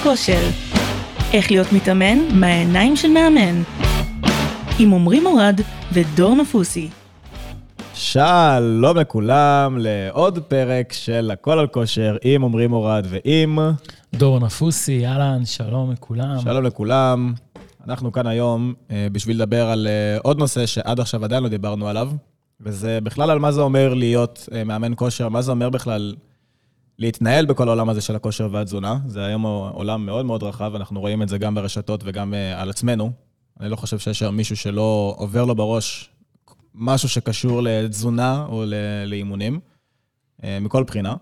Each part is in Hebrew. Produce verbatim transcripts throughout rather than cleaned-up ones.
הכושר. איך להיות מתאמן מהעיניים של מאמן. עם עמרי מורד ודור נפוסי. שלום לכולם לעוד פרק של הכל על כושר עם עמרי מורד ועם דור נפוסי. אהלן, שלום לכולם. שלום לכולם. אנחנו כאן היום בשביל לדבר על עוד נושא שעד עכשיו עדיין לא דיברנו עליו, וזה בכלל על מה זה אומר להיות מאמן כושר, מה זה אומר בכלל להתנהל בכל העולם הזה של הכושר והתזונה. זה היום עולם מאוד מאוד רחב, אנחנו רואים את זה גם ברשתות וגם על עצמנו. אני לא חושב שיש היום מישהו שלא עובר לו בראש משהו שקשור לתזונה או לאימונים, מכל בחינה.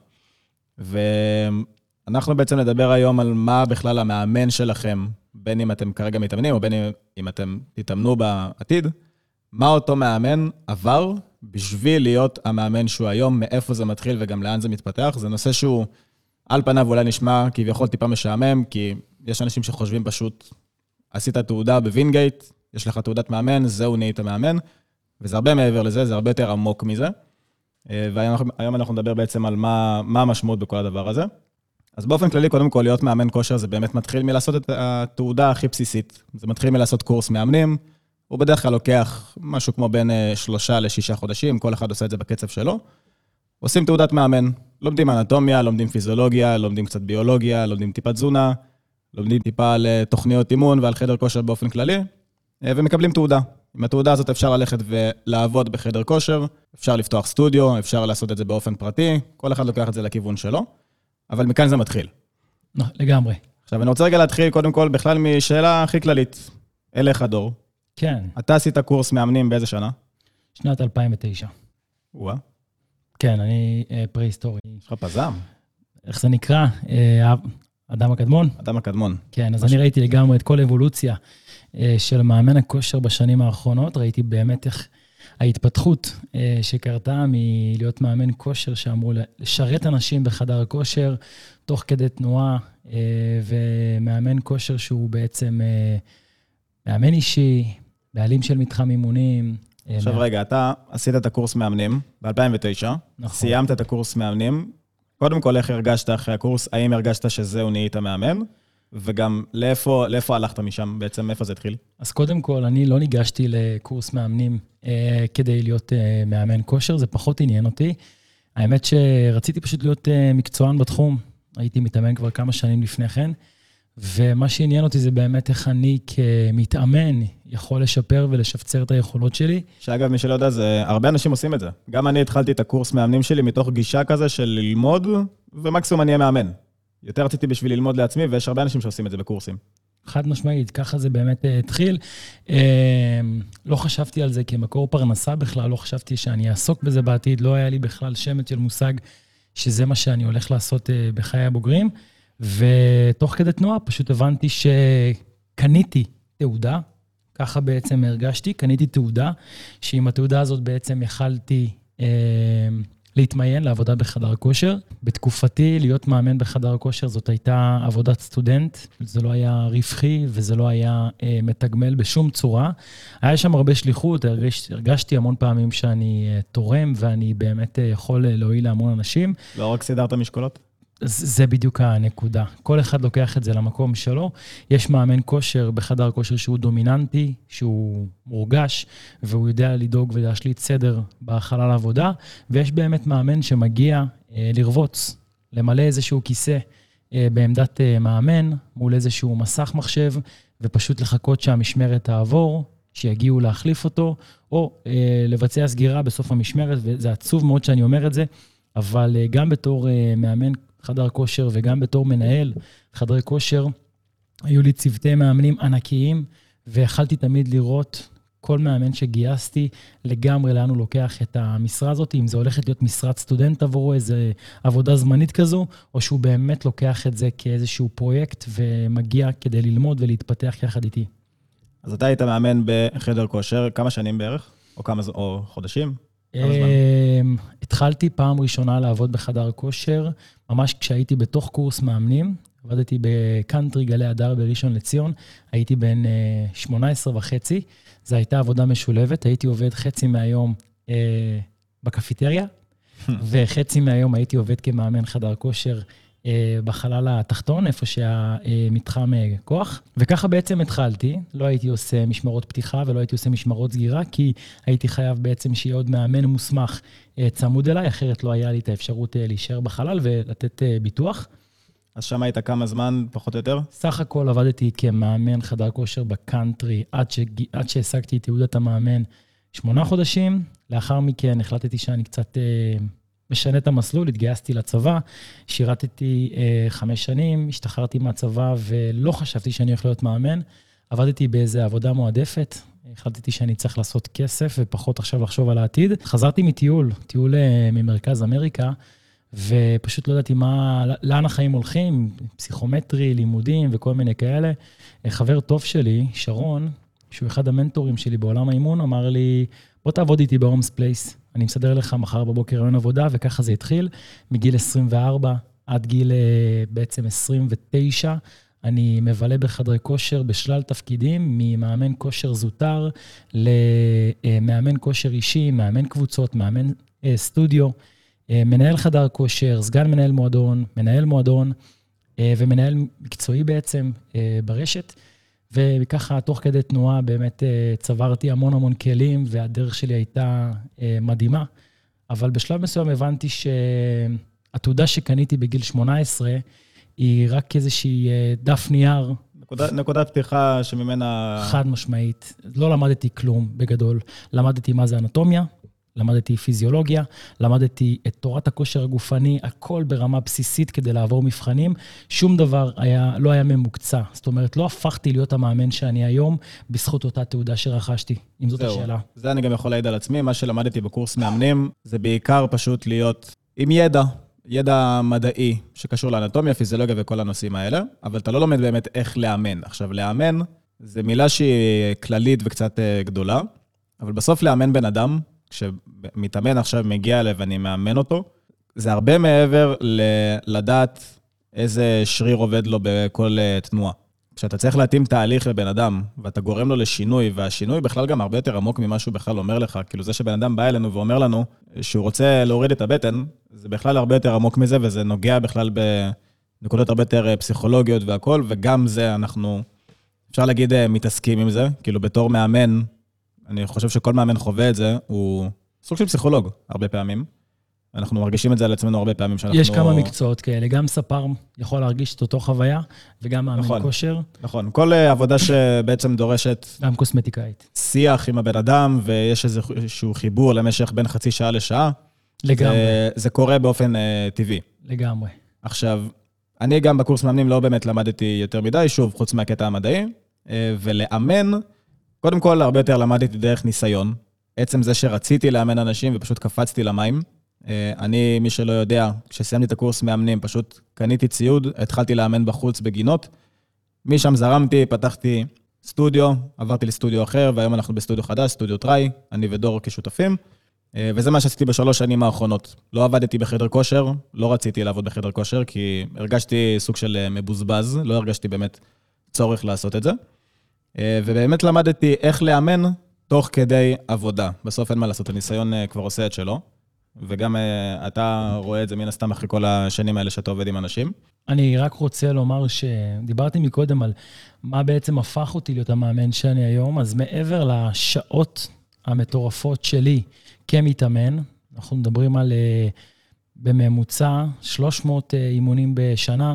ואנחנו בעצם נדבר היום על מה בכלל המאמן שלכם, בין אם אתם כרגע מתאמנים או בין אם אתם תתאמנו בעתיד, מה אותו מאמן עבר בשביל להיות המאמן שהוא היום, מאיפה זה מתחיל וגם לאן זה מתפתח. זה נושא שהוא על פניו אולי נשמע כביכול טיפה משעמם, כי יש אנשים שחושבים פשוט, עשית תעודה בווינגייט, יש לך תעודת מאמן, זהו נהיית מאמן, וזה הרבה מעבר לזה, זה הרבה יותר עמוק מזה. והיום אנחנו נדבר בעצם על מה, מה המשמעות בכל הדבר הזה. אז באופן כללי, קודם כל, להיות מאמן כושר, זה באמת מתחיל מלעשות את התעודה הכי בסיסית. זה מתחיל מלעשות קורס מאמנים, הוא בדרך כלל לוקח משהו כמו בין שלושה לשישה חודשים, כל אחד עושה את זה בקצב שלו. עושים תעודת מאמן, לומדים אנטומיה, לומדים פיזיולוגיה, לומדים קצת ביולוגיה, לומדים טיפה תזונה, לומדים טיפה על תוכניות אימון ועל חדר כושר באופן כללי, ומקבלים תעודה. עם התעודה הזאת אפשר ללכת ולעבוד בחדר כושר, אפשר לפתוח סטודיו, אפשר לעשות את זה באופן פרטי, כל אחד לוקח את זה לכיוון שלו, אבל מכאן זה מתחיל. לגמרי. עכשיו, אני רוצה רגע להתחיל קודם כל בכלל משאלה הכי כללית. אליך דור. כן. אתה עשית קורס מאמנים באיזה שנה? שנת אלפיים ותשע. וואה. כן, אני פרה-היסטורי. יש לך פזם. איך זה נקרא? אדם הקדמון? אדם הקדמון. כן, אז אני ראיתי לגמרי את כל אבולוציה של מאמן הכושר בשנים האחרונות. ראיתי באמת איך ההתפתחות שקרתה מלהיות מאמן כושר שאמרו לשרת אנשים בחדר הכושר, תוך כדי תנועה, ומאמן כושר שהוא בעצם מאמן אישי, בעלים של מתחם אימונים. עכשיו רגע, אתה עשית את הקורס מאמנים ב-אלפיים ותשע, נכון. סיימת את הקורס מאמנים, קודם כל איך הרגשת אחרי הקורס, האם הרגשת שזהו נהיית מאמן, וגם לאיפה, לאיפה הלכת משם בעצם, איפה זה התחיל? אז קודם כל, אני לא ניגשתי לקורס מאמנים אה, כדי להיות אה, מאמן כושר, זה פחות עניין אותי. האמת שרציתי פשוט להיות אה, מקצוען בתחום, הייתי מתאמן כבר כמה שנים לפני כן, ומה שעניין אותי זה באמת איך אני כמתאמן יכול לשפר ולשפצר את היכולות שלי. שאגב, מי שלא יודע, זה, הרבה אנשים עושים את זה. גם אני התחלתי את הקורס מאמנים שלי מתוך גישה כזה של ללמוד, ומקסימום אני אהיה מאמן. יותר רציתי בשביל ללמוד לעצמי, ויש הרבה אנשים שעושים את זה בקורסים. חד משמעית, ככה זה באמת התחיל. לא חשבתי על זה כמקור פרנסה בכלל, לא חשבתי שאני אעסוק בזה בעתיד, לא היה לי בכלל שמץ של מושג שזה מה שאני הולך לעשות בחיי הבוגרים, ותוך כדי תנועה פשוט הבנתי שקניתי תעודה, ככה בעצם הרגשתי, קניתי תעודה, שעם התעודה הזאת בעצם יכלתי להתמיין לעבודה בחדר כושר. בתקופתי, להיות מאמן בחדר כושר, זאת הייתה עבודת סטודנט, זה לא היה רווחי וזה לא היה אה, מתגמל בשום צורה. היה שם הרבה שליחות, הרגש, הרגשתי המון פעמים שאני אה, תורם, ואני באמת אה, יכול להועיל להמון אנשים. לא רק סידרת משקולות? זה בדיוק הנקודה. כל אחד לוקח את זה למקום שלו. יש מאמן כושר בחדר כושר שהוא דומיננטי, שהוא מורגש, והוא יודע לדאוג ולהשליט סדר בחלל העבודה, ויש באמת מאמן שמגיע אה, לרבוץ, למלא איזשהו כיסא אה, בעמדת אה, מאמן, מול איזשהו מסך מחשב, ופשוט לחכות שהמשמרת תעבור, שיגיעו להחליף אותו, או אה, לבצע סגירה בסוף המשמרת, וזה עצוב מאוד שאני אומר את זה, אבל אה, גם בתור אה, מאמן חדר כושר וגם בתור מנהל חדרי כושר, היו לי צוותי מאמנים ענקיים, והחלתי תמיד לראות כל מאמן שגייסתי לגמרי לאן הוא לוקח את המשרה הזאת, אם זה הולכת להיות משרת סטודנט עבורו, איזו עבודה זמנית כזו, או שהוא באמת לוקח את זה כאיזשהו פרויקט, ומגיע כדי ללמוד ולהתפתח יחד איתי. אז אתה היית מאמן בחדר כושר, כמה שנים בערך? או כמה או חודשים? התחלתי פעם ראשונה לעבוד בחדר כושר, ממש כשהייתי בתוך קורס מאמנים, עבדתי בקאנטרי גלי הדר בראשון לציון, הייתי בן שמונה עשרה וחצי, זו הייתה עבודה משולבת, הייתי עובד חצי מהיום בקפיטריה, וחצי מהיום הייתי עובד כמאמן חדר כושר בחלל התחתון, איפה שהמתחם כוח, וככה בעצם התחלתי, לא הייתי עושה משמרות פתיחה ולא הייתי עושה משמרות סגירה, כי הייתי חייב בעצם שיהיה עוד מאמן מוסמך צמוד אליי, אחרת לא היה לי את האפשרות להישאר בחלל ולתת ביטוח. אז שם היית כמה זמן, פחות או יותר? סך הכל עבדתי כמאמן חדר כושר בקאנטרי, עד, ש... עד שהשגתי את תעודת המאמן שמונה חודשים, לאחר מכן החלטתי שאני קצת... משנה את המסלול, התגייסתי לצבא, שירתתי אה, חמש שנים, השתחררתי מהצבא ולא חשבתי שאני הולך להיות מאמן, עבדתי באיזו עבודה מועדפת, החלטתי שאני צריך לעשות כסף ופחות עכשיו לחשוב על העתיד. חזרתי מטיול, טיול אה, ממרכז אמריקה, ופשוט לא ידעתי מה, לאן החיים הולכים, פסיכומטרי, לימודים וכל מיני כאלה. חבר טוב שלי, שרון, שהוא אחד המנטורים שלי בעולם האימון, אמר לי, בוא תעבוד איתי בהומס פלייס. אני מסדר לך מחר בבוקר רעיון עבודה, וככה זה התחיל. מגיל עשרים וארבע עד גיל בעצם עשרים ותשע, אני מבלה בחדרי כושר בשלל תפקידים, ממאמן כושר זוטר למאמן כושר אישי, מאמן קבוצות, מאמן סטודיו, מנהל חדר כושר, סגן מנהל מועדון, מנהל מועדון, ומנהל מקצועי בעצם ברשת. וככה, תוך כדי תנועה, באמת צברתי המון המון כלים, והדרך שלי הייתה מדהימה. אבל בשלב מסוים הבנתי שהתעודה שקניתי בגיל שמונה עשרה, היא רק איזושהי דף נייר. נקודת, נקודת פתיחה שממנה... חד משמעית. לא למדתי כלום בגדול. למדתי מה זה אנטומיה, למדתי פיזיולוגיה, למדתי את תורת הכושר הגופני, הכל ברמה בסיסית כדי לעבור מבחנים. שום דבר היה, לא היה ממוקצע. זאת אומרת, לא הפכתי להיות המאמן שאני היום, בזכות אותה תעודה שרכשתי, אם זאת השאלה. זה אני גם יכול להעיד על עצמי. מה שלמדתי בקורס מאמנים, זה בעיקר פשוט להיות עם ידע, ידע מדעי שקשור לאנטומיה, פיזיולוגיה וכל הנושאים האלה, אבל אתה לא לומד באמת איך לאמן. עכשיו, לאמן זה מילה שהיא כללית וקצת גדולה, אבל בסוף לאמן בן אדם, כשמתאמן עכשיו מגיע אליו ואני מאמן אותו, זה הרבה מעבר ל- לדעת איזה שריר עובד לו בכל תנועה. כשאתה צריך להתאים תהליך לבן אדם, ואתה גורם לו לשינוי, והשינוי בכלל גם הרבה יותר עמוק ממה שהוא בכלל אומר לך, כאילו זה שבן אדם בא אלינו ואומר לנו שהוא רוצה להוריד את הבטן, זה בכלל הרבה יותר עמוק מזה, וזה נוגע בכלל בנקודות הרבה יותר פסיכולוגיות והכל, וגם זה אנחנו, אפשר להגיד, מתעסקים עם זה, כאילו בתור מאמן, אני חושב שכל מאמן חווה את זה, הוא סוג של פסיכולוג, הרבה פעמים. אנחנו מרגישים את זה על עצמנו הרבה פעמים שאנחנו... יש כמה מקצועות כאלה, גם ספר יכול להרגיש את אותו חוויה, וגם מאמן נכון, כושר. נכון, כל עבודה שבעצם דורשת... גם קוסמטיקאית. שיח עם הבן אדם, ויש איזשהו חיבור למשך בין חצי שעה לשעה. לגמרי. זה, זה קורה באופן uh, טבעי. לגמרי. עכשיו, אני גם בקורס מאמנים לא באמת למדתי יותר מדי, שוב, חוץ מהקטע המדעי, uh, ולאמן... קודם כל, הרבה יותר למדתי דרך ניסיון. עצם זה שרציתי לאמן אנשים ופשוט קפצתי למים. אני, מי שלא יודע, כשסיימתי את הקורס מאמנים, פשוט קניתי ציוד, התחלתי לאמן בחוץ בגינות. משם זרמתי, פתחתי סטודיו, עברתי לסטודיו אחר, והיום אנחנו בסטודיו חדש, סטודיו טריי, אני ודור כשותפים. וזה מה שעשיתי בשלוש שנים האחרונות. לא עבדתי בחדר כושר, לא רציתי לעבוד בחדר כושר, כי הרגשתי סוג של מבוזבז, לא הרגשתי באמת צורך לעשות את זה. ובאמת למדתי איך לאמן תוך כדי עבודה. בסוף אין מה לעשות, הניסיון כבר עושה את שלו, וגם אתה רואה את זה מן הסתם אחרי כל השנים האלה שאתה עובד עם אנשים. אני רק רוצה לומר שדיברתי מקודם על מה בעצם הפך אותי להיות המאמן שאני היום, אז מעבר לשעות המטורפות שלי כמתאמן, אנחנו מדברים על בממוצע שלוש מאות אימונים בשנה,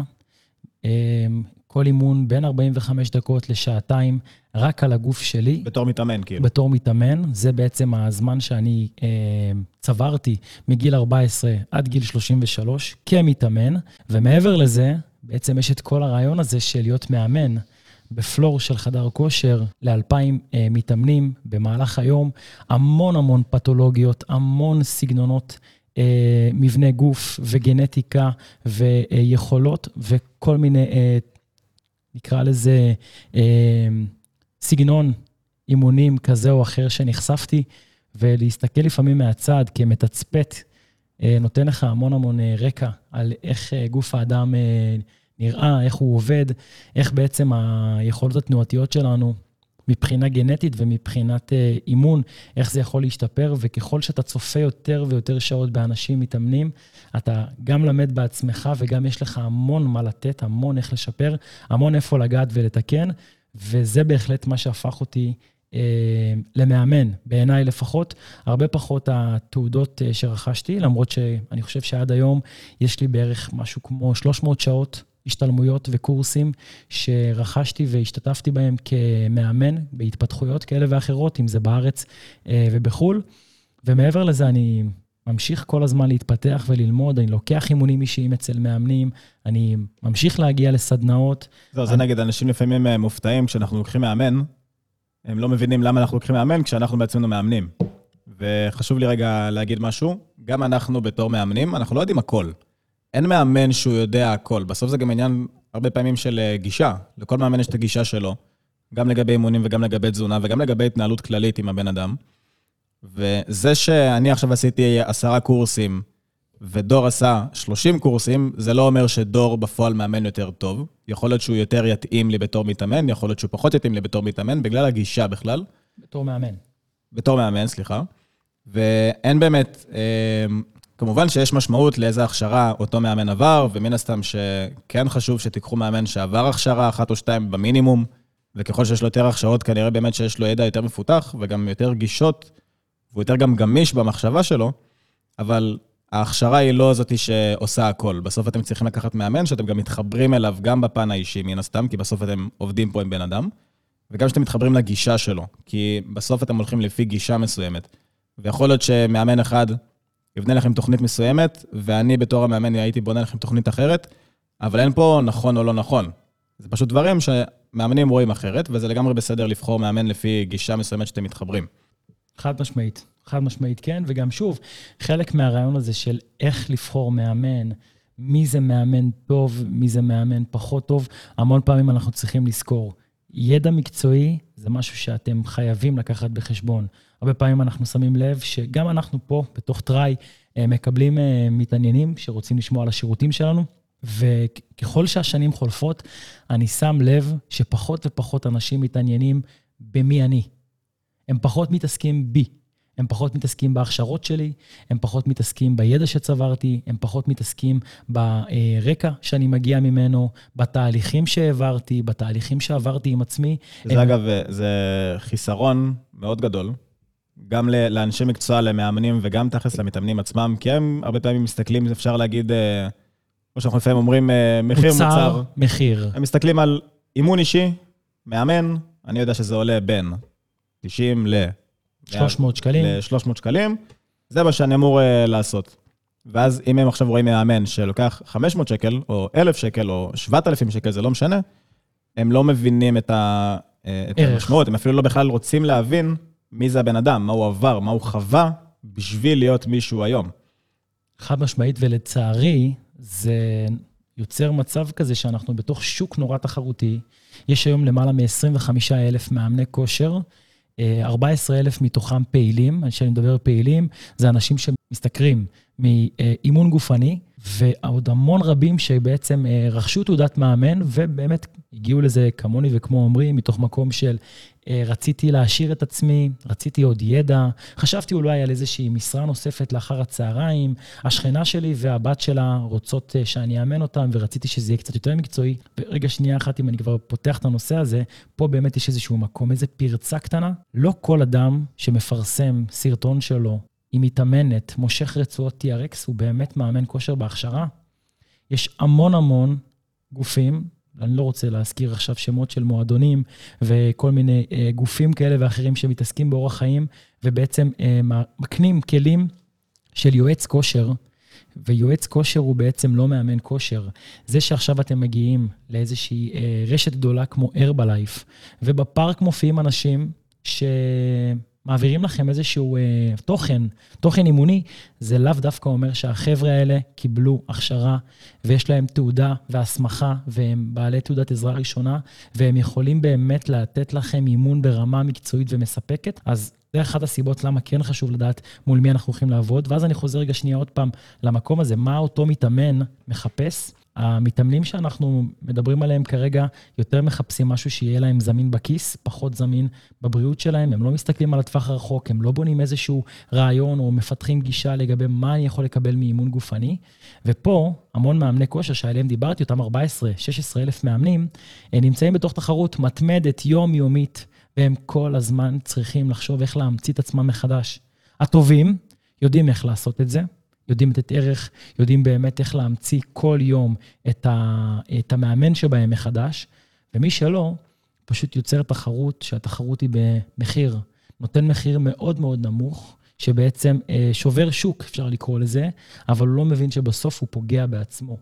כל אימון בין ארבעים וחמש דקות לשעתיים, רק על הגוף שלי. בתור מתאמן, כאילו. בתור מתאמן, זה בעצם הזמן שאני אה, צברתי מגיל ארבע עשרה עד גיל שלושים ושלוש כמתאמן, ומעבר לזה, בעצם יש את כל הרעיון הזה של להיות מאמן בפלור של חדר כושר לאלפיים אה, מתאמנים במהלך היום, המון המון פתולוגיות, המון סגנונות, אה, מבנה גוף וגנטיקה ויכולות וכל מיני... אה, נקרא לזה אה, סגנון אימונים כזה או אחר שנחשפתי, ולהסתכל לפעמים מהצד כמתצפת, אה, נותן לך המון המון אה, רקע על איך אה, גוף האדם אה, נראה, איך הוא עובד, איך בעצם היכולות התנועתיות שלנו מבחינה גנטית ומבחינת אה, אימון, איך זה יכול להשתפר, וככל שאתה צופה יותר ויותר שעות באנשים מתאמנים, אתה גם למד בעצמך, וגם יש לך המון מה לתת, המון איך לשפר, המון איפה לגעת ולתקן, וזה בהחלט מה שהפך אותי אה, למאמן, בעיניי לפחות, הרבה פחות התעודות אה, שרכשתי, למרות שאני חושב שעד היום יש לי בערך משהו כמו שלוש מאות שעות, השתלמויות וקורסים שרכשתי והשתתפתי בהם כמאמן בהתפתחויות כאלה ואחרות, אם זה בארץ ובחול. ומעבר לזה אני ממשיך כל הזמן להתפתח וללמוד, אני לוקח אימונים אישיים אצל מאמנים, אני ממשיך להגיע לסדנאות. זהו, זה נגד, אנשים לפעמים מופתעים כשאנחנו לוקחים מאמן, הם לא מבינים למה אנחנו לוקחים מאמן כשאנחנו בעצמנו מאמנים. וחשוב לי רגע להגיד משהו, גם אנחנו בתור מאמנים, אנחנו לא יודעים הכל. אין מאמן שהוא יודע הכל. בסוף זה גם עניין הרבה פעמים של גישה. לכל מאמן יש את הגישה שלו, גם לגבי אימונים וגם לגבי תזונה, וגם לגבי התנהלות כללית עם הבן אדם. וזה שאני עכשיו עשיתי עשרה קורסים, ודור עשה שלושים קורסים, זה לא אומר שדור בפועל מאמן יותר טוב. יכול להיות שהוא יותר יתאים לי בתור מתאמן, יכול להיות שהוא פחות יתאים לי בתור מתאמן, בגלל הגישה בכלל. בתור מאמן. בתור מאמן, סליחה. ואין באמת... כמובן שיש משמעות לאיזה הכשרה אותו מאמן עבר, ומן הסתם שכן חשוב שתיקחו מאמן שעבר הכשרה אחת או שתיים במינימום, וככל שיש לו יותר הכשרות, כנראה באמת שיש לו ידע יותר מפותח, וגם יותר גישות, והוא יותר גם גמיש במחשבה שלו, אבל ההכשרה היא לא זאת שעושה הכל. בסוף אתם צריכים לקחת מאמן, שאתם גם מתחברים אליו גם בפן האישי, מן הסתם, כי בסוף אתם עובדים פה עם בן אדם, וגם שאתם מתחברים לגישה שלו, כי בסוף אתם הולכים לפי גישה מסוימת. ויכול להיות שמאמן אחד יבנה לכם תוכנית מסוימת, ואני בתור המאמן הייתי בונה לכם תוכנית אחרת, אבל אין פה נכון או לא נכון. זה פשוט דברים שמאמנים רואים אחרת, וזה לגמרי בסדר לבחור מאמן לפי גישה מסוימת שאתם מתחברים. חד משמעית, חד משמעית כן, וגם שוב, חלק מהרעיון הזה של איך לבחור מאמן, מי זה מאמן טוב, מי זה מאמן פחות טוב, המון פעמים אנחנו צריכים לזכור. ידע מקצועי זה משהו שאתם חייבים לקחת בחשבון. הרבה פעמים אנחנו שמים לב שגם אנחנו פה, בתוך טריי, מקבלים מתעניינים שרוצים לשמוע על השירותים שלנו, וככל שהשנים חולפות, אני שם לב שפחות ופחות אנשים מתעניינים במי אני. הם פחות מתעסקים בי. הם פחות מתעסקים בהכשרות שלי, הם פחות מתעסקים בידע שצברתי, הם פחות מתעסקים ברקע שאני מגיע ממנו, בתהליכים שהעברתי, בתהליכים שעברתי עם עצמי. זה הם... אגב, זה חיסרון מאוד גדול, גם לאנשי מקצוע, למאמנים, וגם תכלס למתאמנים עצמם, כי הם הרבה פעמים מסתכלים, אפשר להגיד, כמו שאנחנו לפעמים אומרים, מחיר מוצר. מוצר, מחיר. הם מסתכלים על אימון אישי, מאמן, אני יודע שזה עולה בין תשעים ל... שלוש מאות שקלים. ל-שלוש מאות שקלים, זה מה שאני אמור uh, לעשות. ואז אם הם עכשיו רואים מאמן שלוקח חמש מאות שקל, או אלף שקל, או שבעת אלפים שקל, זה לא משנה, הם לא מבינים את, ה, uh, את המשמעות, הם אפילו לא בכלל רוצים להבין מי זה הבן אדם, מה הוא עבר, מה הוא חווה, בשביל להיות מישהו היום. חד משמעית, ולצערי, זה יוצר מצב כזה שאנחנו בתוך שוק נורא תחרותי, יש היום למעלה מ-עשרים וחמישה אלף מאמני כושר, ארבעה עשר אלף מתוכם פעילים, כשאני מדבר פעילים, זה אנשים שמסתכרים מאימון גופני, ועוד המון רבים שבעצם רכשו תעודת מאמן, ובאמת הגיעו לזה כמוני וכמו אומרים, מתוך מקום של רציתי להשאיר את עצמי, רציתי עוד ידע, חשבתי אולי על איזושהי משרה נוספת לאחר הצהריים, השכנה שלי והבת שלה רוצות שאני אאמן אותם, ורציתי שזה יהיה קצת יותר מקצועי, ורגע שנייה אחת, אם אני כבר פותח את הנושא הזה, פה באמת יש איזשהו מקום, איזו פרצה קטנה, לא כל אדם שמפרסם סרטון שלו, היא מתאמנת, מושך רצועות טי אר אקס, הוא באמת מאמן כושר בהכשרה. יש המון המון גופים, אני לא רוצה להזכיר עכשיו שמות של מועדונים, וכל מיני אה, גופים כאלה ואחרים שמתעסקים באורח חיים, ובעצם אה, מקנים כלים של יועץ כושר, ויועץ כושר הוא בעצם לא מאמן כושר. זה שעכשיו אתם מגיעים לאיזושהי אה, רשת גדולה כמו הרבלייף, ובפארק מופיעים אנשים ש... מעבירים לכם איזשהו אה, תוכן, תוכן אימוני, זה לאו דווקא אומר שהחבר'ה האלה קיבלו הכשרה, ויש להם תעודה והסמכה, והם בעלי תעודת עזרה ראשונה, והם יכולים באמת לתת לכם אימון ברמה מקצועית ומספקת. אז זה אחת הסיבות למה כן חשוב לדעת מול מי אנחנו הולכים לעבוד, ואז אני חוזר רגע שנייה עוד פעם למקום הזה, מה אותו מתאמן מחפש. המתאמנים שאנחנו מדברים עליהם כרגע, יותר מחפשים משהו שיהיה להם זמין בכיס, פחות זמין בבריאות שלהם, הם לא מסתכלים על הטווח הרחוק, הם לא בונים איזשהו רעיון או מפתחים גישה לגבי מה אני יכול לקבל מאימון גופני, ופה המון מאמני כושר שעליהם דיברתי, אותם ארבע עשרה שש עשרה אלף מאמנים, נמצאים בתוך תחרות מתמדת יומיומית, והם כל הזמן צריכים לחשוב איך להמציא את עצמם מחדש. הטובים יודעים איך לעשות את זה, יודעים את ערך, יודעים באמת איך להמציא כל יום את, ה, את המאמן שבהם מחדש, ומי שלא, פשוט יוצר תחרות, שהתחרות היא במחיר, נותן מחיר מאוד מאוד נמוך, שבעצם אה, שובר שוק, אפשר לקרוא לזה, אבל הוא לא מבין שבסוף הוא פוגע בעצמו.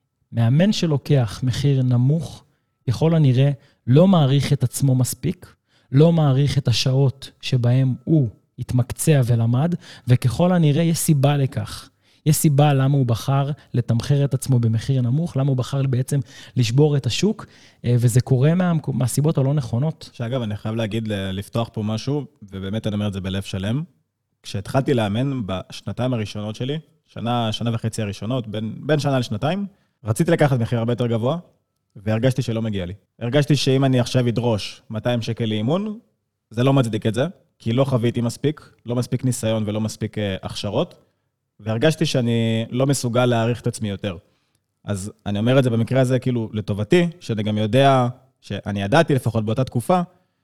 מאמן שלוקח מחיר נמוך, יכול הנראה לא מעריך את עצמו מספיק, לא מעריך את השעות שבהם הוא התמקצע ולמד, וככל הנראה יש סיבה לכך. יש סיבה למה הוא בחר לתמחר את עצמו במחיר נמוך, למה הוא בחר בעצם לשבור את השוק, וזה קורה מה, מהסיבות הלא נכונות. שאגב, אני חייב להגיד, לפתוח פה משהו, ובאמת אני אומר את זה בלב שלם. כשהתחלתי לאמן בשנתיים הראשונות שלי, שנה, שנה וחצי הראשונות, בין, בין שנה לשנתיים, רציתי לקחת מחיר הרבה יותר גבוה, והרגשתי שלא מגיע לי. הרגשתי שאם אני עכשיו אדרוש מאתיים שקל לאימון, זה לא מצדיק את זה, כי לא חוויתי מספיק, לא מספיק ניסיון ולא מספיק הכשרות, והרגשתי שאני לא מסוגל להעריך את עצמי יותר. אז אני אומר את זה במקרה הזה כאילו לטובתי, שאני גם יודע, שאני ידעתי לפחות באותה תקופה,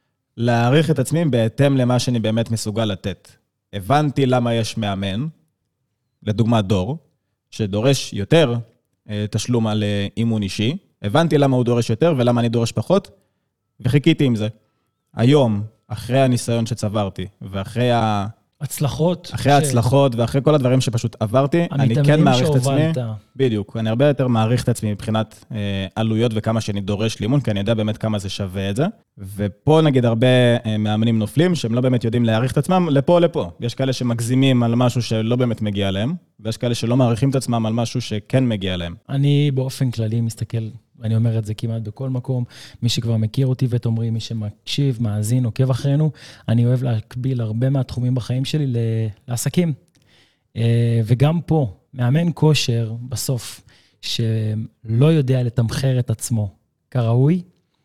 להעריך את עצמי בהתאם למה שאני באמת מסוגל לתת. הבנתי למה יש מאמן, לדוגמה דור, שדורש יותר תשלום על אימון אישי, הבנתי למה הוא דורש יותר ולמה אני דורש פחות, וחיכיתי עם זה. היום, אחרי הניסיון שצברתי, ואחרי ה... הצלחות. אחרי ההצלחות ואחרי כל הדברים שפשוט עברתי, אני כן מעריך את עצמי. בדיוק, אני הרבה יותר מעריך את עצמי מבחינת אה, עלויות וכמה שאני דורש לימון, כי אני יודע באמת כמה זה שווה את זה. ופה נגיד הרבה אה, מאמנים נופלים, שהם לא באמת יודעים להעריך את עצמם לפה או לפה. יש כאלה שמגזימים על משהו שלא באמת מגיע להם, ויש כאלה שלא מעריכים את עצמם על משהו שכן מגיע להם. אני באופן כללי מסתכל, אני אומר את זה כמעט בכל מקום, מי שכבר מכיר אותי ותאמרי, מי שמקשיב, מאזין, עוקב אחרינו, אני אוהב להקביל הרבה מהתחומים בחיים שלי לעסקים. וגם פה, מאמן כושר בסוף, שלא יודע לתמחר את עצמו כראוי,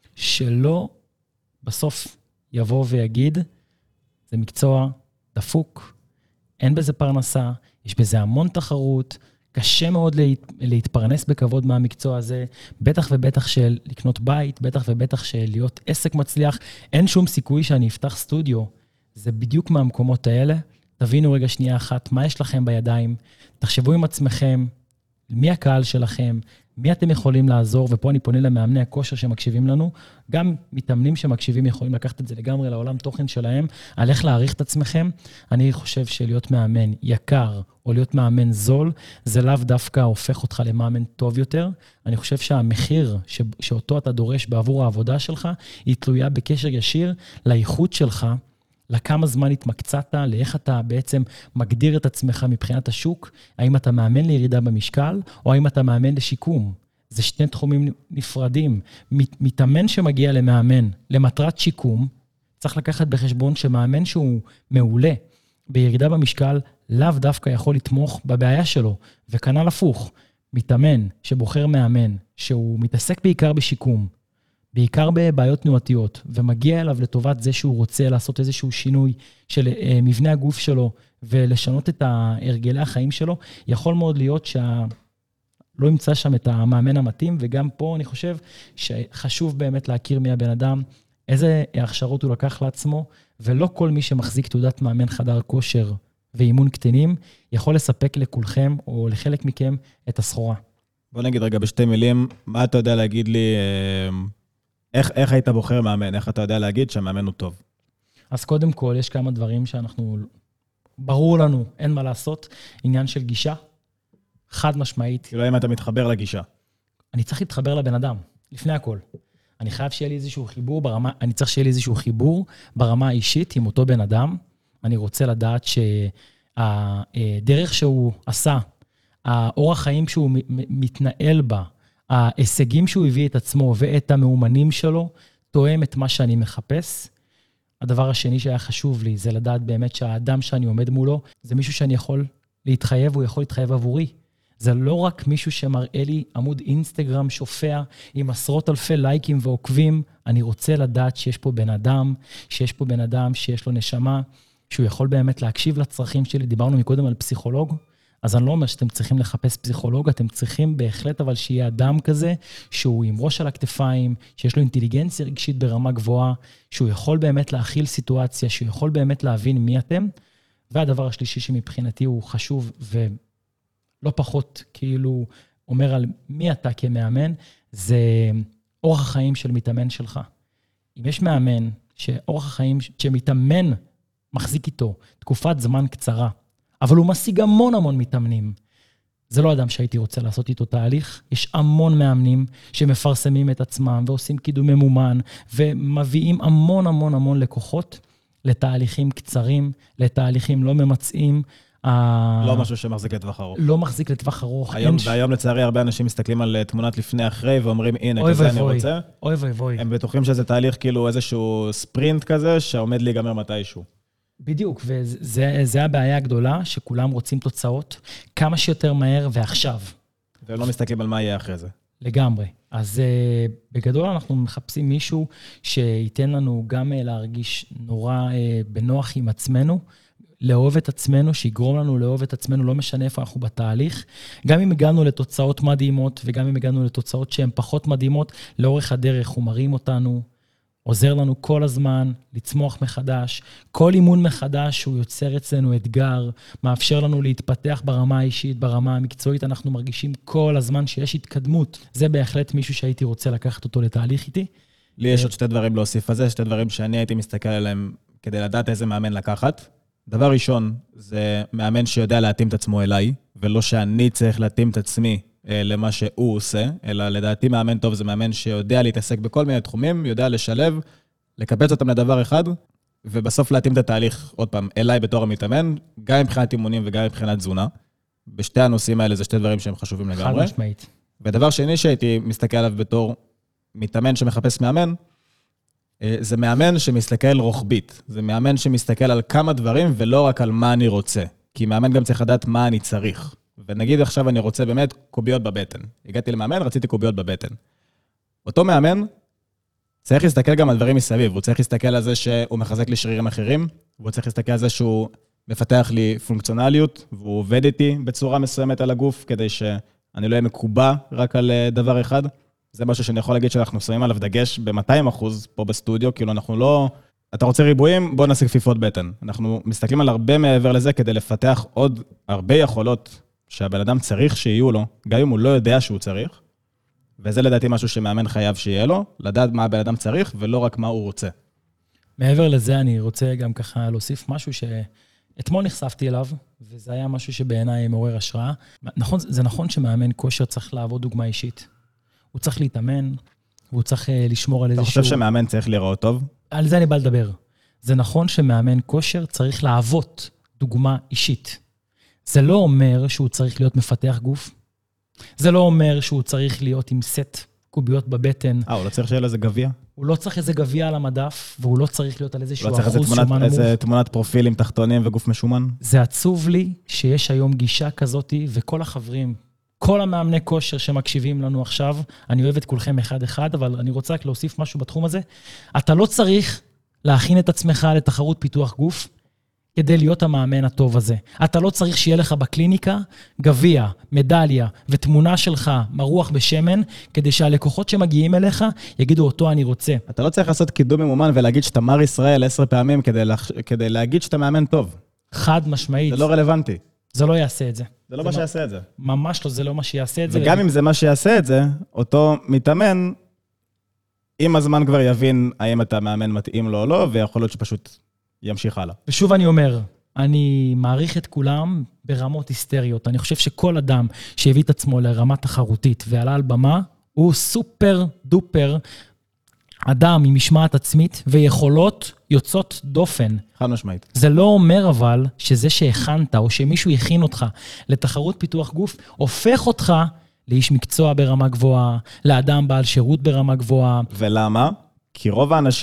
שלא בסוף יבוא ויגיד, זה מקצוע דפוק, אין בזה פרנסה, יש בזה המון תחרות, קשה מאוד להתפרנס בכבוד מהמקצוע הזה, בטח ובטח של לקנות בית, בטח ובטח של להיות עסק מצליח, אין שום סיכוי שאני אפתח סטודיו, זה בדיוק מהמקומות האלה, תבינו רגע שנייה אחת, מה יש לכם בידיים, תחשבו עם עצמכם, מי הקהל שלכם, מי אתם יכולים לעזור, ופה אני פונה למאמני הכושר שמקשיבים לנו, גם מתאמנים שמקשיבים יכולים לקחת את זה לגמרי לעולם תוכן שלהם, על איך להעריך את עצמכם. אני חושב שלהיות מאמן יקר, או להיות מאמן זול, זה לאו דווקא הופך אותך למאמן טוב יותר. אני חושב שהמחיר ש... שאותו אתה דורש בעבור העבודה שלך, היא תלויה בקשר ישיר לאיכות שלך, לכמה זמן התמקצעת, לאיך אתה בעצם מגדיר את עצמך מבחינת השוק, האם אתה מאמן לירידה במשקל, או האם אתה מאמן לשיקום. זה שני תחומים נפרדים. מתאמן שמגיע למאמן, למטרת שיקום, צריך לקחת בחשבון שמאמן שהוא מעולה, בירידה במשקל, לאו דווקא יכול לתמוך בבעיה שלו, וכנ"ל הפוך, מתאמן שבוחר מאמן, שהוא מתעסק בעיקר בשיקום, בעיקר בבעיות תנועתיות, ומגיע אליו לטובת זה שהוא רוצה לעשות איזשהו שינוי של מבנה הגוף שלו, ולשנות את הרגלי החיים שלו, יכול מאוד להיות שלא ימצא שם את המאמן המתאים, וגם פה אני חושב שחשוב באמת להכיר מי הבן אדם, איזה הכשרות הוא לקח לעצמו, ולא כל מי שמחזיק תעודת מאמן חדר כושר ואימון קטנים, יכול לספק לכולכם או לחלק מכם את הסחורה. בוא נגיד רגע בשתי מילים, מה אתה יודע להגיד לי... איך, איך היית בוחר מאמן? איך אתה יודע להגיד שהמאמן הוא טוב? אז קודם כל, יש כמה דברים שאנחנו, ברור לנו, אין מה לעשות, עניין של גישה, חד משמעית. כאילו, אם אתה מתחבר לגישה. אני צריך להתחבר לבן אדם, לפני הכל. אני חייב שיהיה לי איזשהו חיבור ברמה, אני צריך שיהיה לי איזשהו חיבור ברמה האישית עם אותו בן אדם. אני רוצה לדעת שהדרך שהוא עשה, האורח חיים שהוא מתנהל בה, ההישגים שהוא הביא את עצמו ואת המאומנים שלו, תואם את מה שאני מחפש. הדבר השני שהיה חשוב לי, זה לדעת באמת שהאדם שאני עומד מולו, זה מישהו שאני יכול להתחייב, הוא יכול להתחייב עבורי. זה לא רק מישהו שמראה לי עמוד אינסטגרם שופע עם עשרות אלפי לייקים ועוקבים, אני רוצה לדעת שיש פה בן אדם, שיש פה בן אדם שיש לו נשמה, שהוא יכול באמת להקשיב לצרכים שלי. דיברנו מקודם על פסיכולוג, אז אני לא אומר שאתם צריכים לחפש פסיכולוג, אתם צריכים בהחלט אבל שיהיה אדם כזה, שהוא עם ראש על הכתפיים, שיש לו אינטליגנציה רגשית ברמה גבוהה, שהוא יכול באמת להכיל סיטואציה, שהוא יכול באמת להבין מי אתם. והדבר השלישי שמבחינתי הוא חשוב ולא פחות כאילו אומר על מי אתה כמאמן, זה אורח החיים של מתאמן שלך. אם יש מאמן שאורח החיים שמתאמן מחזיק איתו תקופת זמן קצרה, אבל הוא משיג המון המון מתאמנים. זה לא אדם שהייתי רוצה לעשות איתו תהליך. יש המון מאמנים שמפרסמים את עצמם ועושים קידום ממומן, ומביאים המון המון המון לקוחות לתהליכים קצרים, לתהליכים לא ממצאים. לא משהו שמחזיק לטווח ארוך. לא מחזיק לטווח ארוך. היום, והיום לצערי הרבה אנשים מסתכלים על תמונת לפני אחרי ואומרים, הנה, כזה אני רוצה. אוי ואי ואי. הם בטוחים שזה תהליך כאילו איזשהו ספרינט כזה, שעומד להיגמר מתישהו. בדיוק, וזה הבעיה הגדולה, שכולם רוצים תוצאות כמה שיותר מהר ועכשיו. ולא מסתכלים על מה יהיה אחרי זה. לגמרי. אז uh, בגדול אנחנו מחפשים מישהו שייתן לנו גם uh, להרגיש נורא uh, בנוח עם עצמנו, לאהוב את עצמנו, שיגרום לנו לאהוב את עצמנו, לא משנה איפה אנחנו בתהליך. גם אם הגענו לתוצאות מדהימות, וגם אם הגענו לתוצאות שהן פחות מדהימות, לאורך הדרך הוא מרים אותנו, עוזר לנו כל הזמן לצמוח מחדש. כל אימון מחדש הוא יוצר אצלנו אתגר, מאפשר לנו להתפתח ברמה האישית, ברמה המקצועית. אנחנו מרגישים כל הזמן שיש התקדמות. זה בהחלט מישהו שהייתי רוצה לקחת אותו לתהליך איתי. לי יש עוד שתי דברים להוסיף על זה, שתי דברים שאני הייתי מסתכל עליהם כדי לדעת איזה מאמן לקחת. דבר ראשון, זה מאמן שיודע להתאים את עצמו אליי, ולא שאני צריך להתאים את עצמי למה שהוא עושה, אלא לדעתי מאמן טוב זה מאמן שיודע להתעסק בכל מיני תחומים, יודע לשלב, לקבץ אותם לדבר אחד, ובסוף להתאים את התהליך, עוד פעם, אליי בתור המתאמן, גם מבחינת אימונים וגם מבחינת תזונה. בשתי הנושאים האלה זה שתי דברים שהם חשובים לגמרי. חד משמעית. ודבר שני שהייתי מסתכל עליו בתור מתאמן שמחפש מאמן, זה מאמן שמסתכל רוחבית. זה מאמן שמסתכל על כמה דברים ולא רק על מה אני רוצה. כי מאמן גם צריך לדעת מה אני צריך. ונגיד עכשיו אני רוצה באמת קוביות בבטן. הגעתי למאמן, רציתי קוביות בבטן. אותו מאמן צריך להסתכל גם על דברים מסביב. הוא צריך להסתכל על זה שהוא מחזק לי שרירים אחרים, והוא צריך להסתכל על זה שהוא מפתח לי פונקציונליות, והוא עובד איתי בצורה מסוימת על הגוף, כדי שאני לא אהיה מקובע רק על דבר אחד. זה משהו שאני יכול להגיד שאנחנו שמים עליו דגש ב-מאתיים אחוז פה בסטודיו, כאילו אנחנו לא... אתה רוצה ריבועים, בוא נעשה כפיפות בטן. אנחנו מסתכלים על הרבה מעבר לזה כדי לפתח עוד הרבה יכולות שהבן אדם צריך שיהיו לו, גם אם הוא לא יודע שהוא צריך, וזה לדעתי משהו שמאמן חייב שיהיה לו, לדעת מה הבן אדם צריך ולא רק מה הוא רוצה. מעבר לזה אני רוצה גם ככה להוסיף משהו שאתמול נחשפתי אליו, וזה היה משהו שבעיניי מעורר השראה. נכון, זה נכון שמאמן כושר צריך לעבוד דוגמה אישית. הוא צריך להתאמן, והוא צריך לשמור על איזשהו... אתה חושב שמאמן צריך לראות טוב? על זה אני בא לדבר. זה נכון שמאמן כושר צריך לעבוד דוגמה אישית. זה לא אומר שהוא צריך להיות מפתח גוף. זה לא אומר שהוא צריך להיות עם סט קוביות בבטן. אה, הוא לא צריך שיהיה לו איזה גביע? הוא לא צריך איזה גביע על המדף, והוא לא צריך להיות על איזשהו אחוז שומן נמוך. לא צריך איזה תמונת פרופיל עם תחתונים וגוף משומן? זה עצוב לי שיש היום גישה כזאת, וכל החברים, כל המאמני כושר שמקשיבים לנו עכשיו, אני אוהב את כולכם אחד אחד, אבל אני רוצה רק להוסיף משהו בתחום הזה. אתה לא צריך להכין את עצמך לתחרות פיתוח גוף, כדי להיות המאמן הטוב הזה. אתה לא צריך שיהיה לך בקליניקה גביע, מדליה ותמונה שלך מרוח בשמן, כדי שהלקוחות שמגיעים אליך יגידו אותו אני רוצה. אתה לא צריך לעשות קידום ממומן ולהגיד שאתה מר ישראל עשר פעמים כדי, לה... כדי להגיד שאתה מאמן טוב. חד משמעית. זה לא רלוונטי. זה לא יעשה את זה. זה לא זה מה שיעשה את זה. ממש לא, זה לא מה שיעשה את זה. וגם אם זה מה שיעשה את זה, אותו מתאמן, עם הזמן כבר יבין האם אתה מאמן מתאים לו או לא, ויכול להיות שפשוט ימשיך הלאה. ושוב אני אומר, אני מעריך את כולם ברמות היסטריות. אני חושב שכל אדם שהביא את עצמו לרמה תחרותית ועלה על במה, הוא סופר דופר אדם עם משמעת עצמית ויכולות יוצאות דופן. חד משמעית. זה לא אומר אבל שזה שהכנת או שמישהו הכין אותך לתחרות פיתוח גוף, הופך אותך לאיש מקצוע ברמה גבוהה, לאדם בעל שירות ברמה גבוהה. ולמה? כי רוב האנשים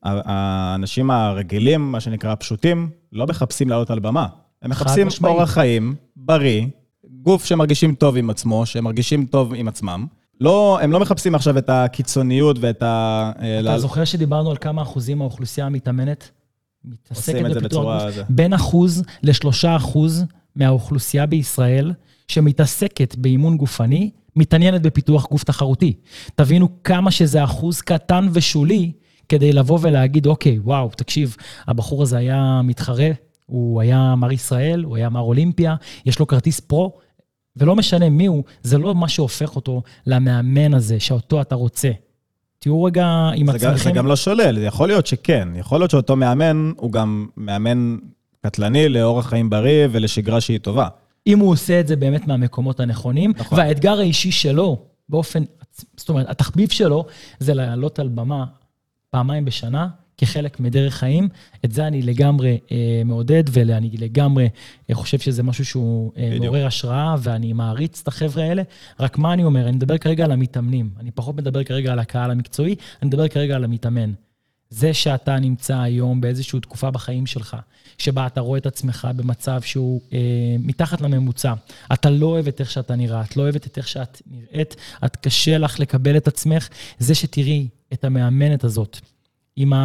האנשים הרגילים, מה שנקרא הפשוטים, לא מחפשים לעלות על במה. הם מחפשים אורח חיים, בריא, גוף שמרגישים טוב עם עצמו, שמרגישים טוב עם עצמם. לא, הם לא מחפשים עכשיו את הקיצוניות ואת ה... אתה זוכר שדיברנו על כמה אחוזים האוכלוסייה המתאמנת? עושים את זה בצורה... בין אחוז לשלושה אחוז מהאוכלוסייה בישראל, שמתעסקת באימון גופני, מתעניינת בפיתוח גוף תחרותי. תבינו כמה שזה אחוז קטן ושולי, כדי לבוא ולהגיד, אוקיי, וואו, תקשיב, הבחור הזה היה מתחרה, הוא היה מר ישראל, הוא היה מר אולימפיה, יש לו כרטיס פרו, ולא משנה מי הוא, זה לא מה שהופך אותו למאמן הזה, שאותו אתה רוצה. תהיו רגע עם עצמכם. זה גם לא שולל, זה יכול להיות שכן. יכול להיות שאותו מאמן, הוא גם מאמן קטלני לאורח חיים בריא ולשגרה שהיא טובה. אם הוא עושה את זה באמת מהמקומות הנכונים, נכון. והאתגר האישי שלו, באופן, זאת אומרת, התחביב שלו, זה לעלות על במה פעמיים בשנה, כחלק מדרך חיים. את זה אני לגמרי אה, מעודד, ואני לגמרי אה, חושב שזה משהו שהוא אה, מעורר השראה, ואני מעריץ את החבר'ה האלה. רק מה אני אומר? אני מדבר כרגע על המתאמנים. אני פחות מדבר כרגע על הקהל המקצועי, אני מדבר כרגע על המתאמן. זה שאתה נמצא היום באיזושהי תקופה בחיים שלך, שבה אתה רואה את עצמך במצב שהוא אה, מתחת לממוצע. אתה לא אוהב את איך שאתה נראה, את לא אוהבת את איך שאת נראית, את קשה לך לקבל את עצמך. זה שתראי את המאמנת הזאת, עם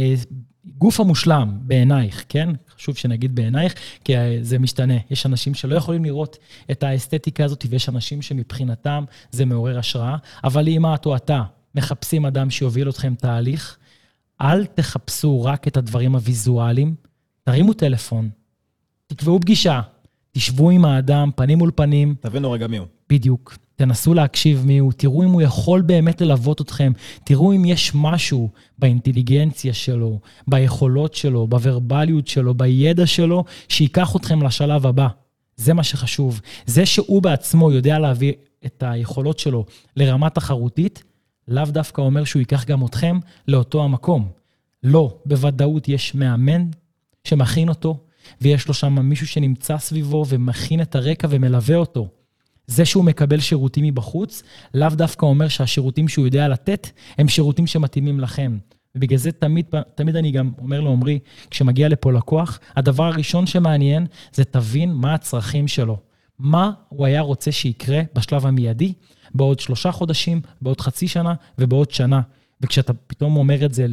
הגוף המושלם בעינייך, כן? חשוב שנגיד בעינייך, כי זה משתנה. יש אנשים שלא יכולים לראות את האסתטיקה הזאת, ויש אנשים שמבחינתם זה מעורר השראה, אבל אם את או אתה מחפשים אדם שיוביל אתכם תהליך, אל תחפשו רק את הדברים הוויזואליים, תרימו טלפון, תקבעו פגישה, תשבו עם האדם, פנים מול פנים. תבינו רגע מי הוא. בדיוק. תנסו להקשיב מי הוא, תראו אם הוא יכול באמת ללוות אתכם, תראו אם יש משהו באינטליגנציה שלו, ביכולות שלו, בוורבליות שלו, בידע שלו, שיקח אתכם לשלב הבא. זה מה שחשוב. זה שהוא בעצמו יודע להביא את היכולות שלו לרמה תחרותית, לאו דווקא אומר שהוא ייקח גם אתכם לאותו המקום. לא, בוודאות יש מאמן שמכין אותו, ויש לו שם מישהו שנמצא סביבו ומכין את הרקע ומלווה אותו. זה שהוא מקבל שירותים מבחוץ, לאו דווקא אומר שהשירותים שהוא יודע לתת, הם שירותים שמתאימים לכם. ובגלל זה תמיד, תמיד אני גם אומר לעומרי, כשמגיע לפה לקוח, הדבר הראשון שמעניין זה תבין מה הצרכים שלו. מה הוא היה רוצה שיקרה בשלב המיידי, בעוד שלושה חודשים, בעוד חצי שנה ובעוד שנה. וכשאתה פתאום אומר את זה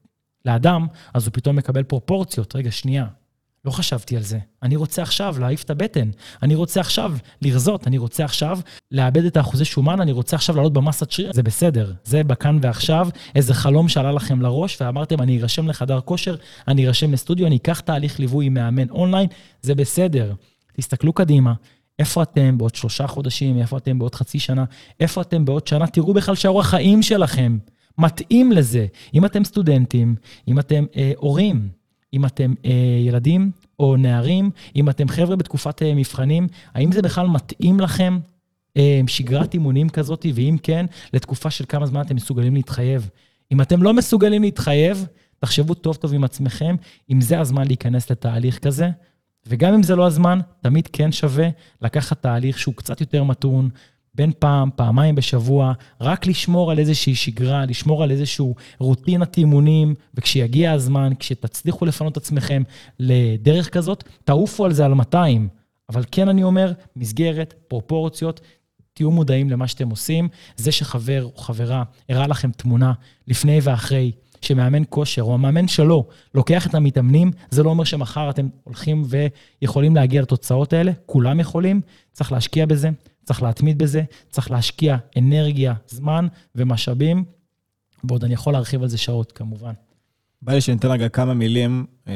לאדם, אז הוא פתאום מקבל פרופורציות. רגע, שנייה. לא חשבתי על זה. אני רוצה עכשיו להעיף את הבטן. אני רוצה עכשיו לרזות. אני רוצה עכשיו לאבד את האחוזי שומן. אני רוצה עכשיו לעלות במסת שריר. זה בסדר. זה בכאן ועכשיו. איזה חלום שעלה לכם לראש, ואמרתם, אני ארשם לחדר כושר, אני ארשם לסטודיו, אני אקח תהליך ליווי עם מאמן אונליין. זה בסדר. תסתכלו קדימה. איפה אתם בעוד שלושה חודשים? איפה אתם בעוד חצי שנה? איפה אתם בעוד שנה? תראו בכלל שהאורח חיים שלכם מתאים לזה. אם אתם סטודנטים, אם אתם אה, הורים, אם אתם אה, ילדים או נערים, אם אתם חבר'ה בתקופת אה, מבחנים, האם זה בכלל מתאים לכם אה, שגרת אימונים כזאת, ואם כן, לתקופה של כמה זמן אתם מסוגלים להתחייב. אם אתם לא מסוגלים להתחייב, תחשבו טוב טוב עם עצמכם, אם זה הזמן להיכנס לתהליך כזה, וגם אם זה לא הזמן, תמיד כן שווה לקחת תהליך שהוא קצת יותר מתון, בין פעם, פעמיים בשבוע, רק לשמור על איזושהי שגרה, לשמור על איזשהו רוטינת אימונים, וכשיגיע הזמן, כשתצליחו לפנות את עצמכם לדרך כזאת, תעופו על זה על מאתיים. אבל כן אני אומר, מסגרת, פרופורציות, תהיו מודעים למה שאתם עושים. זה שחבר או חברה הראה לכם תמונה לפני ואחרי, שמאמן כושר או המאמן שלו לוקח את המתאמנים, זה לא אומר שמחר אתם הולכים ויכולים להגיע לתוצאות האלה, כולם יכולים, צריך להשקיע בזה, צריך להתמיד בזה, צריך להשקיע אנרגיה, זמן ומשאבים, ועוד אני יכול להרחיב על זה שעות כמובן. בא לי שניתן רגע כמה מילים, אה,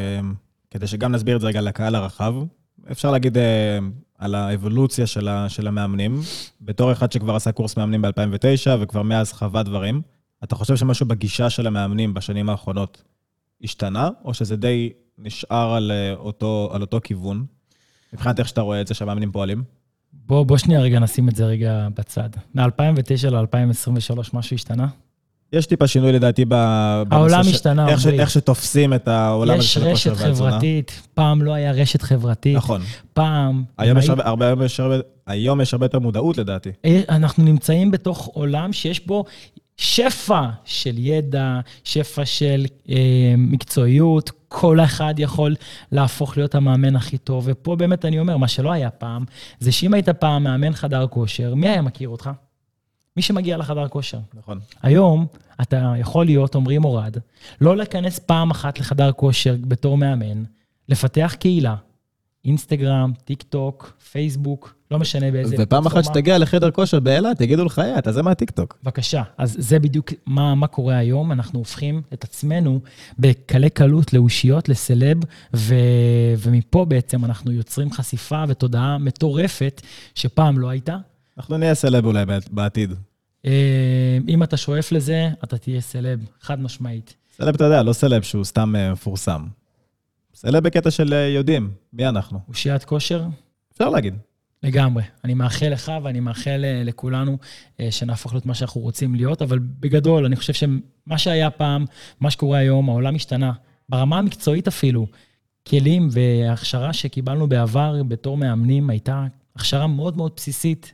כדי שגם נסביר את זה רגע לקהל הרחב. אפשר להגיד אה, על האבולוציה של, ה, של המאמנים, בתור אחד שכבר עשה קורס מאמנים ב-אלפיים ותשע, וכבר מאז חווה דברים. אתה חושב שמשהו בגישה של המאמנים בשנים האחרונות השתנה, או שזה די נשאר על אותו, על אותו כיוון? מבחינת איך שאתה רואה את זה שהמאמנים פועלים? בוא, בוא שנייה רגע נשים את זה רגע בצד. מ-אלפיים ותשע ל-אלפיים עשרים ושלוש משהו השתנה? יש טיפה שינוי לדעתי ב... העולם השתנה. איך, ש... איך שתופסים את העולם הזה של הכושר והתזונה. יש רשת חברתית, פעם לא היה רשת חברתית. נכון. פעם... היום, יש הרבה, הרבה, היום, יש הרבה, היום יש הרבה יותר מודעות לדעתי. אנחנו נמצאים בתוך עולם שיש בו שפע של ידע, שפע של אה, מקצועיות, כל אחד יכול להפוך להיות המאמן הכי טוב, ופה באמת אני אומר, מה שלא היה פעם, זה שאם היית פעם מאמן חדר כושר, מי היה מכיר אותך? מי שמגיע לחדר כושר. נכון. היום אתה יכול להיות, אומרים מורד, לא להיכנס פעם אחת לחדר כושר בתור מאמן, לפתח קהילה, אינסטגרם, טיק טוק, פייסבוק, לא משנה באיזה... ופעם אחת שתגיע לחדר כושר באילת, תגידו לך, אתה זה מהטיק טוק. בבקשה, אז זה בדיוק מה, מה קורה היום, אנחנו הופכים את עצמנו בקלי קלות לאושיות, לסלב, ו, ומפה בעצם אנחנו יוצרים חשיפה ותודעה מטורפת, שפעם לא הייתה. אנחנו נהיה סלב אולי בעתיד. אם אתה שואף לזה, אתה תהיה סלב, חד משמעית. סלב, אתה יודע, לא סלב שהוא סתם מפורסם. סלב בקטע של יודעים, מי אנחנו? אושיית כושר? אפשר להגיד. לגמרי. אני מאחל לך ואני מאחל לכולנו שנהפוך להיות מה שאנחנו רוצים להיות, אבל בגדול, אני חושב שמה שהיה פעם, מה שקורה היום, העולם השתנה. ברמה המקצועית אפילו, כלים והכשרה שקיבלנו בעבר בתור מאמנים, הייתה הכשרה מאוד מאוד בסיסית,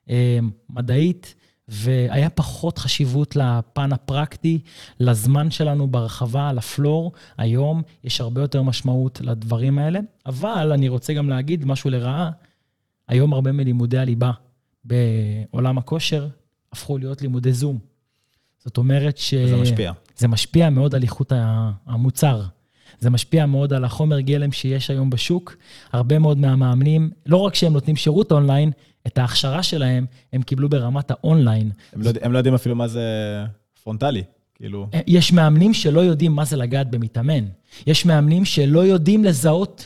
מדעית, והיה פחות חשיבות לפן הפרקטי, לזמן שלנו ברחבה, לפלור. היום יש הרבה יותר משמעות לדברים האלה, אבל אני רוצה גם להגיד משהו לרעה, היום הרבה מלימודי הליבה בעולם הכושר הפכו להיות לימודי זום. זאת אומרת ש... זה משפיע. זה משפיע מאוד על איכות המוצר. זה משפיע מאוד על החומר גלם שיש היום בשוק. הרבה מאוד מהמאמנים, לא רק שהם נותנים שירות אונליין, את ההכשרה שלהם הם קיבלו ברמת האונליין. הם לא, הם לא יודעים אפילו מה זה פרונטלי, כאילו. יש מאמנים שלא יודעים מה זה לגעת במתאמן. יש מאמנים שלא יודעים לזהות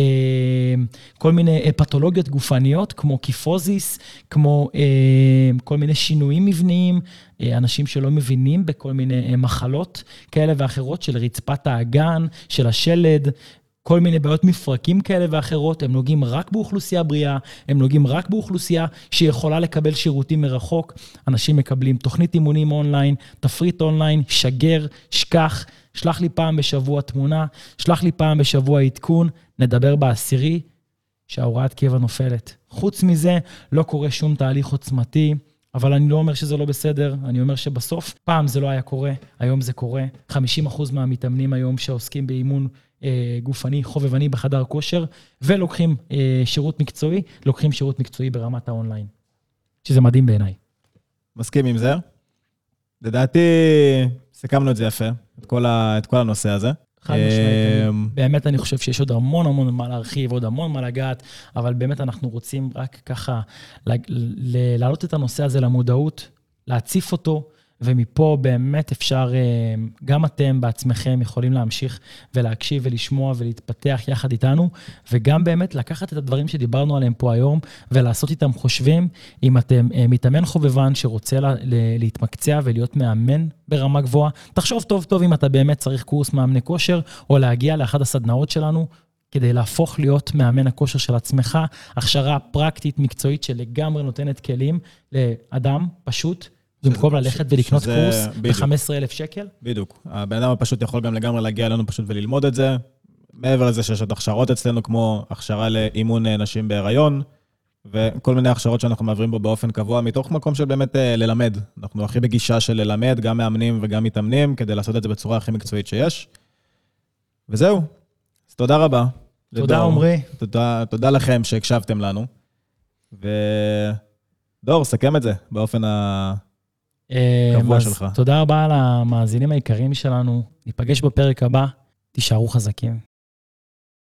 כל מיני פתולוגיות גופניות, כמו קיפוזיס, כמו כל מיני שינויים מבניים, אנשים שלא מבינים בכל מיני מחלות כאלה ואחרות, של רצפת האגן, של השלד, כל מיני בעיות מפרקים כאלה ואחרות, הם נוגעים רק באוכלוסייה בריאה, הם נוגעים רק באוכלוסייה שיכולה לקבל שירותים מרחוק, אנשים מקבלים תוכנית אימונים אונליין, תפריט אונליין, שגר, שכח, שלח לי פעם בשבוע תמונה, שלח לי פעם בשבוע עדכון, נדבר בעשירי, שההוראת קבע נופלת. חוץ מזה, לא קורה שום תהליך עוצמתי, אבל אני לא אומר שזה לא בסדר, אני אומר שבסוף, פעם זה לא היה קורה, היום זה קורה. חמישים אחוז מהמתאמנים היום שעוסקים באימון אה, גופני, חובבני בחדר כושר, ולוקחים אה, שירות מקצועי, לוקחים שירות מקצועי ברמת האונליין. שזה מדהים בעיניי. מסכים עם זה. לדעתי, סיכמנו את זה יפה, את כל, ה, את כל הנושא הזה. חד משמעית, באמת אני חושב שיש עוד המון המון מה להרחיב, עוד המון מה לגעת, אבל באמת אנחנו רוצים רק ככה להעלות את הנושא הזה למודעות, להציף אותו, ומפה באמת אפשר, גם אתם בעצמכם יכולים להמשיך ולהקשיב ולשמוע ולהתפתח יחד איתנו, וגם באמת לקחת את הדברים שדיברנו עליהם פה היום, ולעשות איתם חושבים, אם אתם מתאמן חובבן שרוצה להתמקצע ולהיות מאמן ברמה גבוהה, תחשוב טוב טוב אם אתה באמת צריך קורס מאמני כושר, או להגיע לאחד הסדנאות שלנו, כדי להפוך להיות מאמן הכושר של עצמך, הכשרה פרקטית מקצועית שלגמרי נותנת כלים לאדם פשוט, במקום ללכת ולקנות קורס ב-חמישה עשר אלף שקל? בדיוק. הבן אדם פשוט יכול גם לגמרי להגיע אלינו פשוט וללמוד את זה. מעבר לזה שיש עוד הכשרות אצלנו, כמו הכשרה לאימון נשים בהיריון, וכל מיני הכשרות שאנחנו מעברים בו באופן קבוע, מתוך מקום של באמת ללמד. אנחנו הכי בגישה של ללמד, גם מאמנים וגם מתאמנים, כדי לעשות את זה בצורה הכי מקצועית שיש. וזהו. אז תודה רבה. תודה, עומרי. תודה, תודה לכם שהקשבתם לנו. ודור, סכם את זה באופן ה... קבוע שלך. תודה רבה על המאזינים העיקריים שלנו. ניפגש בפרק הבא. תישארו חזקים.